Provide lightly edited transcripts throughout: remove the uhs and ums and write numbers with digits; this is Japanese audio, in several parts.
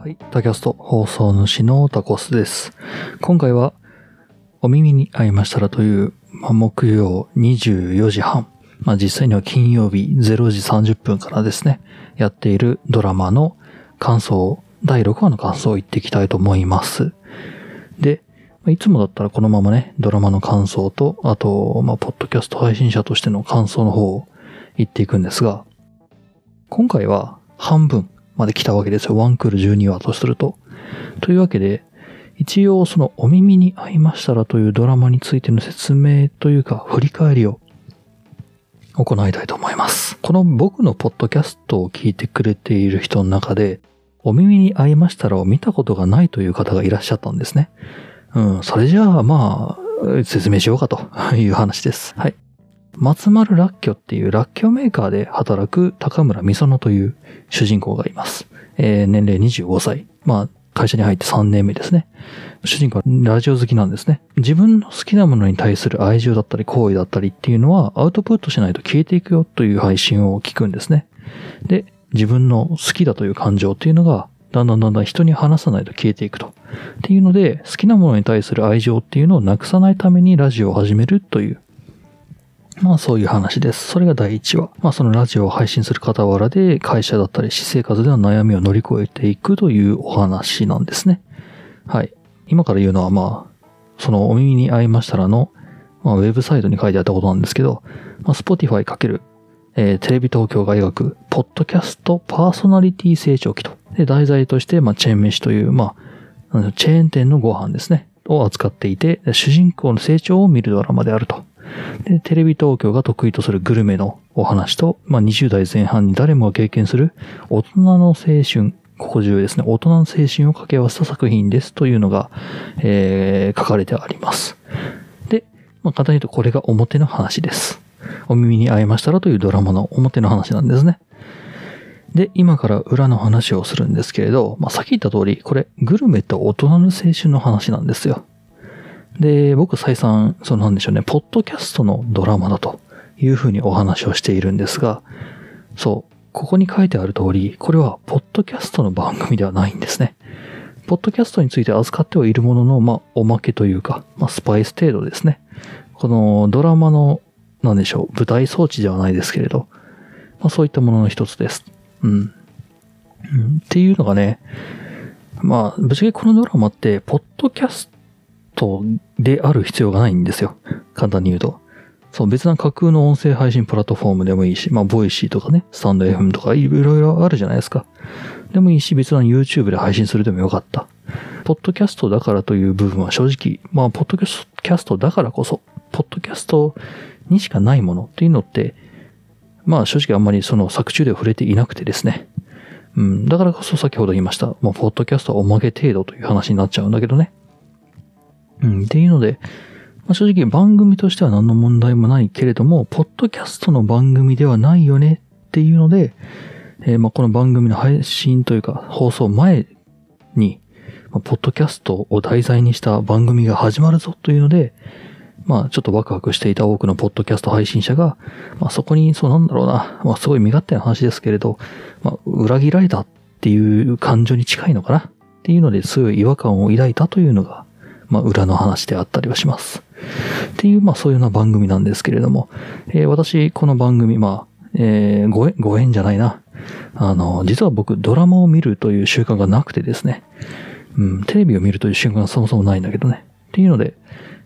はい、タキャスト放送主のタコスです。今回はお耳に合いましたらという、木曜24時半、実際には金曜日0時30分からですね、やっているドラマの感想、第6話の感想を言っていきたいと思います。で、いつもだったらこのままね、ドラマの感想と、あと、ポッドキャスト配信者としての感想の方を言っていくんですが、今回は半分まで来たわけですよ。ワンクール12話とすると。というわけで、一応そのお耳に合いましたらというドラマについての説明というか振り返りを行いたいと思います。この僕のポッドキャストを聞いてくれている人の中で、お耳に合いましたらを見たことがないという方がいらっしゃったんですね。それじゃあ説明しようかという話です。はい。松丸らっきょっていうらっきょメーカーで働く高村美園という主人公がいます。年齢25歳。会社に入って3年目ですね。主人公はラジオ好きなんですね。自分の好きなものに対する愛情だったり好意だったりっていうのはアウトプットしないと消えていくよという配信を聞くんですね。で、自分の好きだという感情っていうのがだんだん人に話さないと消えていくと。っていうので、好きなものに対する愛情っていうのをなくさないためにラジオを始めるという、そういう話です。それが第1話。そのラジオを配信する傍らで会社だったり私生活での悩みを乗り越えていくというお話なんですね。はい。今から言うのはそのお耳に合いましたらの、ウェブサイトに書いてあったことなんですけど、Spotify かける、テレビ東京が描く、ポッドキャストパーソナリティ成長期と。で、題材として、チェーン飯という、チェーン店のご飯ですね。を扱っていて、主人公の成長を見るドラマであると。で、テレビ東京が得意とするグルメのお話と、20代前半に誰もが経験する大人の青春、ここ重要ですね。大人の青春を掛け合わせた作品ですというのが、書かれてあります。で、簡単に言うとこれが表の話です。お耳に合いましたらというドラマの表の話なんですね。で、今から裏の話をするんですけれど、さっき言った通り、これ、グルメと大人の青春の話なんですよ。で、僕再三、ポッドキャストのドラマだというふうにお話をしているんですが、ここに書いてある通り、これはポッドキャストの番組ではないんですね。ポッドキャストについて扱ってはいるものの、おまけというか、スパイス程度ですね。このドラマの、舞台装置ではないですけれど、そういったものの一つです。っていうのがね、ぶっちゃけこのドラマって、ポッドキャストである必要がないんですよ。簡単に言うと。別な架空の音声配信プラットフォームでもいいし、ボイシーとかね、スタンド FM とかいろいろあるじゃないですか。でもいいし、別な YouTube で配信するでもよかった。ポッドキャストだからという部分は正直、ポッドキャストだからこそ、ポッドキャストにしかないものっていうのって、正直あんまりその作中では触れていなくてですね。だからこそ先ほど言いました。ポッドキャストはおまけ程度という話になっちゃうんだけどね。っていうので、正直番組としては何の問題もないけれども、ポッドキャストの番組ではないよねっていうので、この番組の配信というか放送前に、ポッドキャストを題材にした番組が始まるぞというので、ちょっとワクワクしていた多くのポッドキャスト配信者が、そこに、すごい身勝手な話ですけれど、裏切られたっていう感情に近いのかなっていうので、強い違和感を抱いたというのが、裏の話であったりはします。っていう、そういうような番組なんですけれども、私、この番組、ご縁じゃないな。実は僕、ドラマを見るという習慣がなくてですね、テレビを見るという習慣がそもそもないんだけどね。っていうので、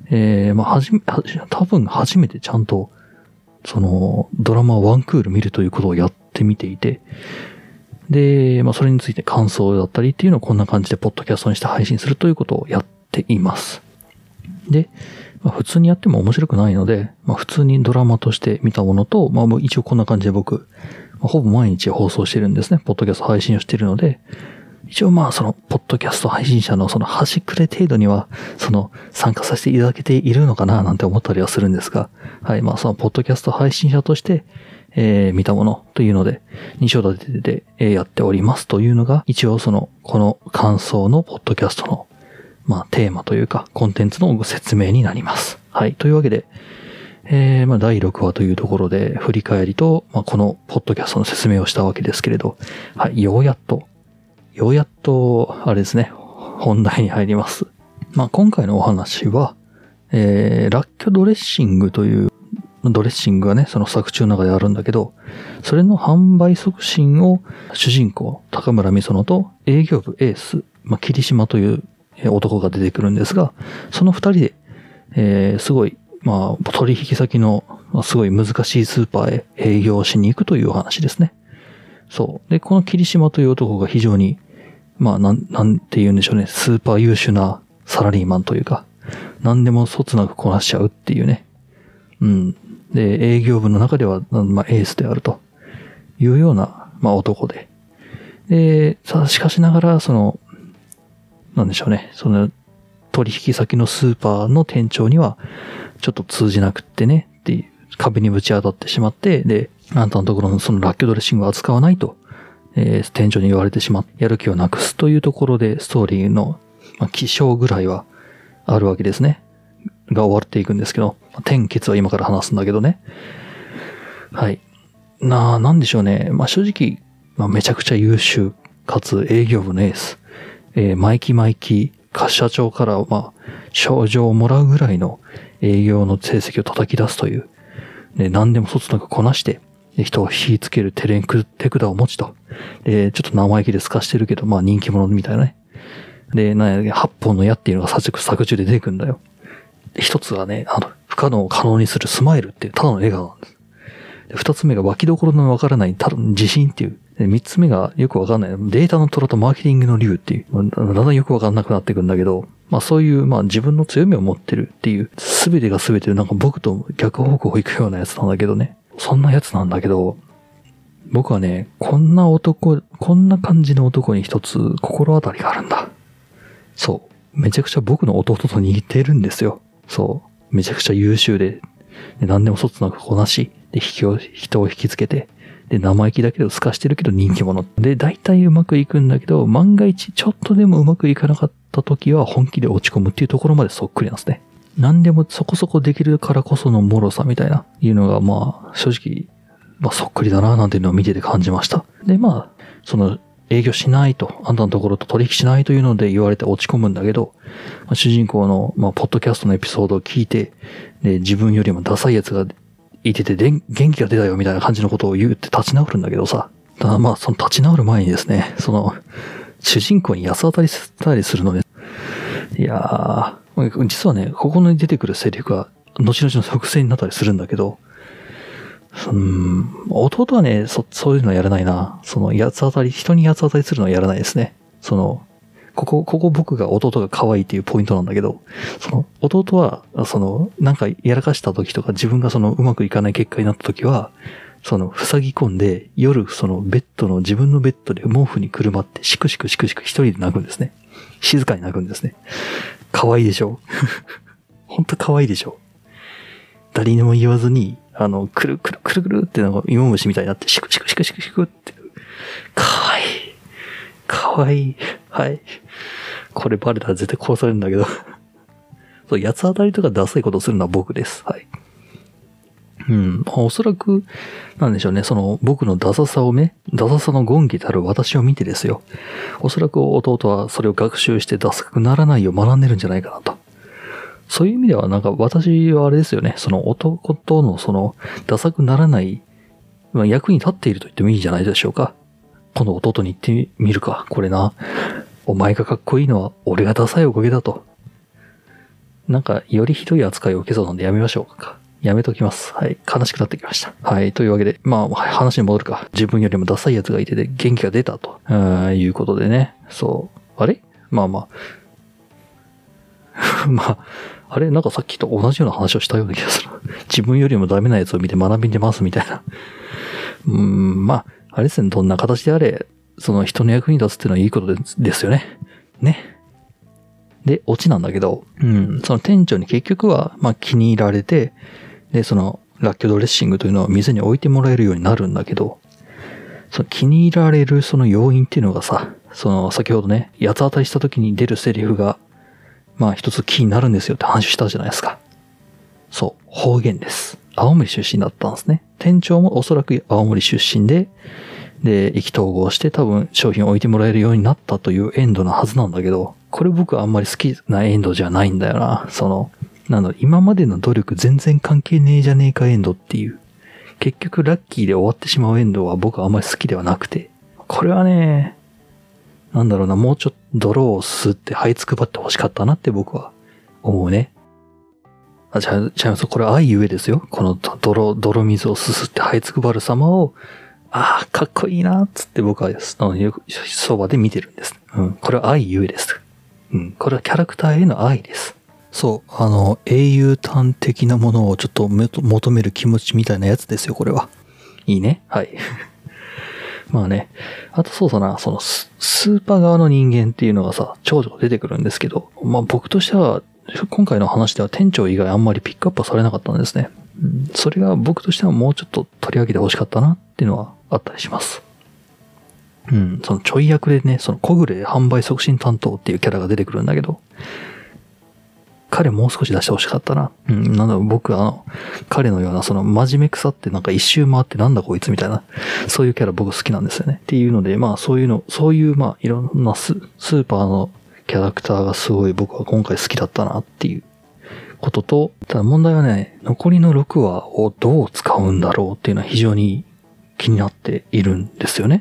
多分初めてちゃんと、ドラマをワンクール見るということをやってみていて、で、それについて感想だったりっていうのをこんな感じでポッドキャストにして配信するということをやっています。で、普通にやっても面白くないので、普通にドラマとして見たものと、一応こんな感じで僕、ほぼ毎日放送してるんですね。ポッドキャスト配信をしているので、一応ポッドキャスト配信者の端くれ程度には、参加させていただけているのかななんて思ったりはするんですが、はい、ポッドキャスト配信者として、見たものというので、2章立てで、やっておりますというのが、一応この感想のポッドキャストの、テーマというか、コンテンツのご説明になります。はい、というわけで、第6話というところで振り返りと、このポッドキャストの説明をしたわけですけれど、はい、ようやっとようやっと、あれですね、本題に入ります。今回のお話は、ラッキョドレッシングというドレッシングがね、その作中の中であるんだけど、それの販売促進を主人公、高村美園と営業部エース、霧島という男が出てくるんですが、その二人で、すごい、取引先のすごい難しいスーパーへ営業しに行くというお話ですね。そう。で、この霧島という男が非常に、なんて言うんでしょうね、スーパー優秀なサラリーマンというか、何でもそつなくこなしちゃうっていうね。で、営業部の中では、エースであるというような、男で。で、しかしながら、なんでしょうね、取引先のスーパーの店長には、ちょっと通じなくってね、っていう壁にぶち当たってしまって、で、あんたのところのそのラッキョドレッシングを扱わないと、店長に言われてしまって、やる気をなくすというところで、ストーリーの、起承ぐらいはあるわけですね。が終わっていくんですけど、転結は今から話すんだけどね。はい。なんでしょうね。正直、めちゃくちゃ優秀、かつ営業部のエース。毎期、社長から、賞状をもらうぐらいの営業の成績を叩き出すという。何でもそつなくこなして、人を引きつける手札を持ちと。ちょっと生意気で透かしてるけど、人気者みたいなね。で、8本の矢っていうのが作中で出てくるんだよ。一つはね、不可能を可能にするスマイルっていう、ただの笑顔なんです。二つ目が湧きどころのわからない、ただの自信っていう。三つ目がよくわかんない、データの虎とマーケティングの竜っていう。だんだんよくわかんなくなってくるんだけど、そういう、自分の強みを持ってるっていう、すべてがすべて僕と逆方向を行くようなやつなんだけどね。そんなやつなんだけど、僕はね、こんな感じの男に一つ心当たりがあるんだ。そう。めちゃくちゃ僕の弟と似てるんですよ。そう。めちゃくちゃ優秀で、何でもそつなくこなし、で、人を引きつけて、で、生意気だけど透かしてるけど人気者。で、大体うまくいくんだけど、万が一ちょっとでもうまくいかなかった時は本気で落ち込むっていうところまでそっくりなんですね。何でもそこそこできるからこその脆さみたいな、いうのが正直、そっくりだななんていうのを見てて感じました。で、営業しないと、あんたのところと取引しないというので言われて落ち込むんだけど、主人公の、ポッドキャストのエピソードを聞いて、で、自分よりもダサいやつがいてて、元気が出たよみたいな感じのことを言うって立ち直るんだけどさ。ただその立ち直る前にですね、主人公に八つ当たりしたりするので、いやー、実はね、ここに出てくるセリフが、後々の伏線になったりするんだけど、弟はね、そういうのはやらないな。人に八つ当たりするのはやらないですね。ここ僕が弟が可愛いっていうポイントなんだけど、弟は、なんかやらかした時とか自分がうまくいかない結果になった時は、塞ぎ込んで、夜自分のベッドで毛布にくるまって、しくしく一人で泣くんですね。静かに泣くんですね。可愛いでしょほんと可愛いでしょ誰にも言わずに、くるって芋虫みたいになって、シクって。かわいい。はい。これバレたら絶対殺されるんだけど。そう、八つ当たりとかダサいことをするのは僕です。はい。おそらく、なんでしょうね、僕のダサさの権義たる私を見てですよ。おそらく弟はそれを学習してダサくならないよう学んでるんじゃないかなと。そういう意味では私はあれですよね、男とのダサくならない、役に立っていると言ってもいいんじゃないでしょうか。この弟に言ってみるか。これな。お前がかっこいいのは俺がダサいおかげだと。よりひどい扱いを受けそうなんでやめましょうか。やめときます。はい。悲しくなってきました。はい。というわけで、話に戻るか。自分よりもダサいやつがいてて元気が出たと。いうことでね。そう。あれあれさっきと同じような話をしたような気がする。自分よりもダメなやつを見て学びんでますみたいな。あれですね、どんな形であれ、人の役に立つっていうのはいいことですよね。ね。で、オチなんだけど、その店長に結局は、気に入られて、で、ラッキョドレッシングというのを店に置いてもらえるようになるんだけど、気に入られる要因っていうのがさ、先ほどね、八つ当たりした時に出るセリフが、一つキーになるんですよって話したじゃないですか。そう、方言です。青森出身だったんですね。店長もおそらく青森出身で、 で、意気投合して多分商品を置いてもらえるようになったというエンドなはずなんだけど、これ僕はあんまり好きなエンドじゃないんだよな。今までの努力全然関係ねえじゃねえかエンドっていう。結局ラッキーで終わってしまうエンドは僕はあんまり好きではなくて。これはね、もうちょっと泥を吸って這いつくばって欲しかったなって僕は思うね。違います。これは愛ゆえですよ。この泥水をすすって這いつくばる様を、かっこいいなっつって僕はそばで見てるんです。これは愛ゆえです。これはキャラクターへの愛です。そう、英雄譚的なものをちょっと求める気持ちみたいなやつですよ、これは。いいね。はい。まあね。あとそうだな、スーパー側の人間っていうのがさ、ちょこちょこ出てくるんですけど、まあ僕としては、今回の話では店長以外あんまりピックアップはされなかったんですね。それが僕としてはもうちょっと取り上げてほしかったなっていうのはあったりします。そのちょい役でね、小暮販売促進担当っていうキャラが出てくるんだけど、彼もう少し出してほしかったな。僕彼のような真面目腐って一周回ってなんだこいつみたいな、そういうキャラ僕好きなんですよね。っていうので、まあそういうまあいろんなスーパーのキャラクターがすごい僕は今回好きだったなっていうことと、ただ問題はね、残りの6話をどう使うんだろうっていうのは非常に気になっているんですよね。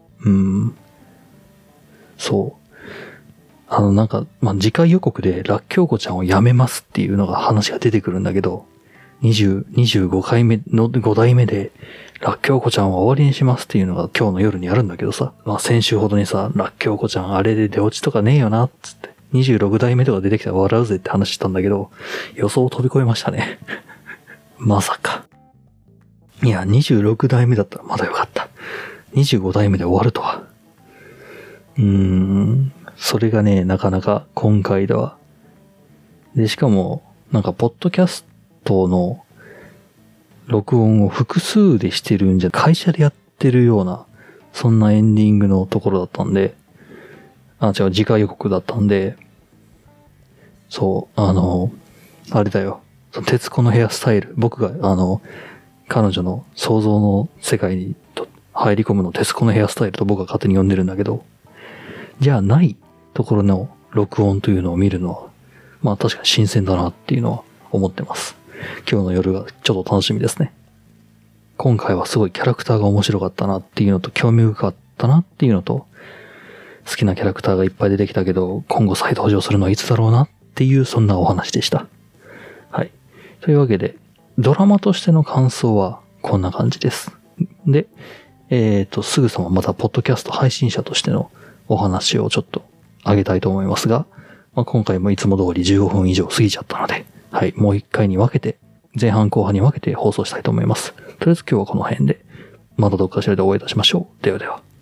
そう。次回予告でラッキョウコちゃんをやめますっていうのが話が出てくるんだけど、25回目の5代目で、ラッキョウコちゃんは終わりにしますっていうのが今日の夜にあるんだけどさ、先週ほどにさ、ラッキョウコちゃんあれで出落ちとかねえよな、つって、26代目とか出てきたら笑うぜって話したんだけど、予想を飛び越えましたね。まさか。いや、26代目だったらまだよかった。25代目で終わるとは。それがね、なかなか今回では。で、しかも、ポッドキャストの録音を複数でしてるんじゃ、会社でやってるような、そんなエンディングのところだったんで、次回予告だったんで、そう、あれだよ。徹子のヘアスタイル。僕が、彼女の想像の世界に入り込むの徹子のヘアスタイルと僕が勝手に呼んでるんだけど、じゃあないところの録音というのを見るのは、まあ確かに新鮮だなっていうのは思ってます。今日の夜がちょっと楽しみですね。今回はすごいキャラクターが面白かったなっていうのと興味深かったなっていうのと、好きなキャラクターがいっぱい出てきたけど、今後再登場するのはいつだろうなっていうそんなお話でした。はい。というわけで、ドラマとしての感想はこんな感じです。で、すぐさままたポッドキャスト配信者としてのお話をちょっとあげたいと思いますが、今回もいつも通り15分以上過ぎちゃったので、はい、もう一回に分けて、前半後半に分けて放送したいと思います。とりあえず今日はこの辺で、またどっかしらでお会いいたしましょう。ではでは。